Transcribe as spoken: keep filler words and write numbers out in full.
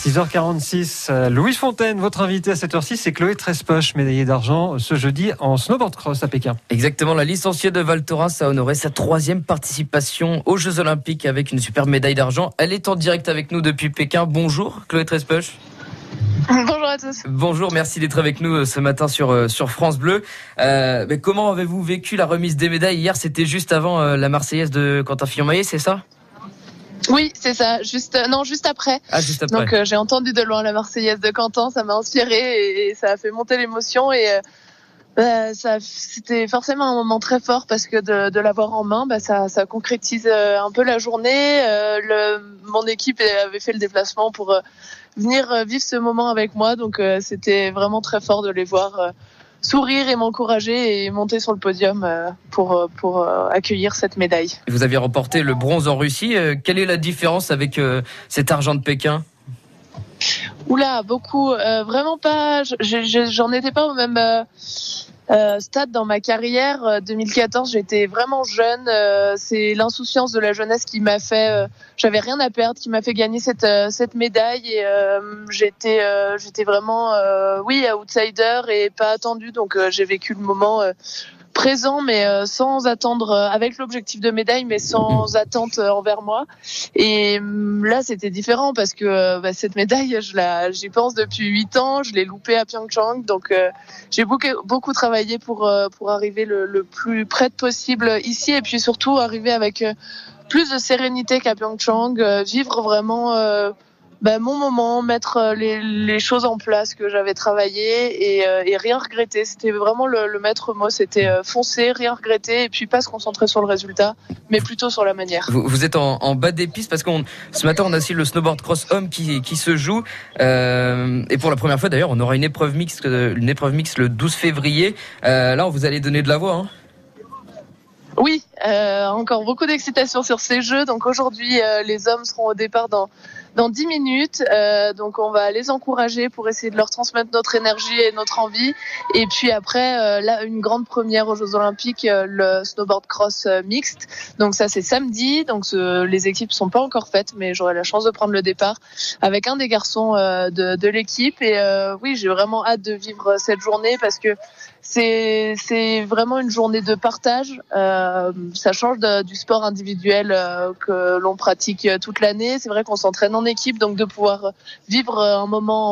six heures quarante-six, Louise Fontaine, votre invité à cette heure-ci, c'est Chloé Trespoche, médaillée d'argent ce jeudi en snowboard cross à Pékin. Exactement, la licenciée de Val Thorens a honoré sa troisième participation aux Jeux Olympiques avec une superbe médaille d'argent. Elle est en direct avec nous depuis Pékin. Bonjour Chloé Trespoche. Bonjour à tous. Bonjour, merci d'être avec nous ce matin sur, sur France Bleu. Euh, mais comment avez-vous vécu la remise des médailles hier? C'était juste avant euh, la Marseillaise de Quentin Fillon-Maillet, c'est ça? Oui, c'est ça. Juste, non, juste après. Ah, juste après. Donc, euh, j'ai entendu de loin la Marseillaise de Quentin, ça m'a inspiré et, et ça a fait monter l'émotion et euh, bah, ça, c'était forcément un moment très fort parce que de, de l'avoir en main, bah, ça, ça concrétise euh, un peu la journée. Euh, le, mon équipe avait fait le déplacement pour euh, venir euh, vivre ce moment avec moi, donc euh, c'était vraiment très fort de les voir euh, sourire et m'encourager et monter sur le podium euh, pour, pour euh, accueillir cette médaille. Vous aviez remporté le bronze en Russie. Euh, quelle est la différence avec euh, cet argent de Pékin? Oula, beaucoup. Euh, vraiment pas. Je, je, j'en étais pas au même euh, euh, stade dans ma carrière. Euh, deux mille quatorze, j'étais vraiment jeune. Euh, c'est l'insouciance de la jeunesse qui m'a fait. Euh, j'avais rien à perdre, qui m'a fait gagner cette euh, cette médaille. Et euh, j'étais euh, j'étais vraiment euh, oui outsider et pas attendu. Donc euh, j'ai vécu le moment. Euh, présent mais euh, sans attendre euh, avec l'objectif de médaille mais sans attente euh, envers moi et euh, là c'était différent parce que euh, bah, cette médaille je la j'y pense depuis huit ans, je l'ai loupée à Pyeongchang donc euh, j'ai beaucoup beaucoup travaillé pour euh, pour arriver le, le plus près possible ici et puis surtout arriver avec euh, plus de sérénité qu'à Pyeongchang, euh, vivre vraiment euh, Ben, mon moment, mettre les, les choses en place que j'avais travaillé et, euh, et rien regretter. C'était vraiment le, le maître mot, c'était euh, foncer, rien regretter et puis pas se concentrer sur le résultat, mais plutôt sur la manière. Vous, vous êtes en, en bas des pistes parce qu'on ce matin on a aussi le snowboard cross homme qui, qui se joue euh, et pour la première fois d'ailleurs on aura une épreuve mixte, une épreuve mixte le douze février. Euh, là vous allez donner de la voix. Hein. Oui, euh, encore beaucoup d'excitation sur ces jeux. Donc aujourd'hui, euh, les hommes seront au départ dans dans dix minutes. Euh, donc on va les encourager pour essayer de leur transmettre notre énergie et notre envie. Et puis après, euh, là, une grande première aux Jeux Olympiques, euh, le snowboard cross euh, mixte. Donc ça, c'est samedi. Donc ce, les équipes sont pas encore faites, mais j'aurai la chance de prendre le départ avec un des garçons euh, de, de l'équipe. Et euh, oui, j'ai vraiment hâte de vivre cette journée parce que c'est c'est vraiment une journée de partage. Euh, ça change de, du sport individuel euh, que l'on pratique toute l'année. C'est vrai qu'on s'entraîne en équipe, donc de pouvoir vivre un moment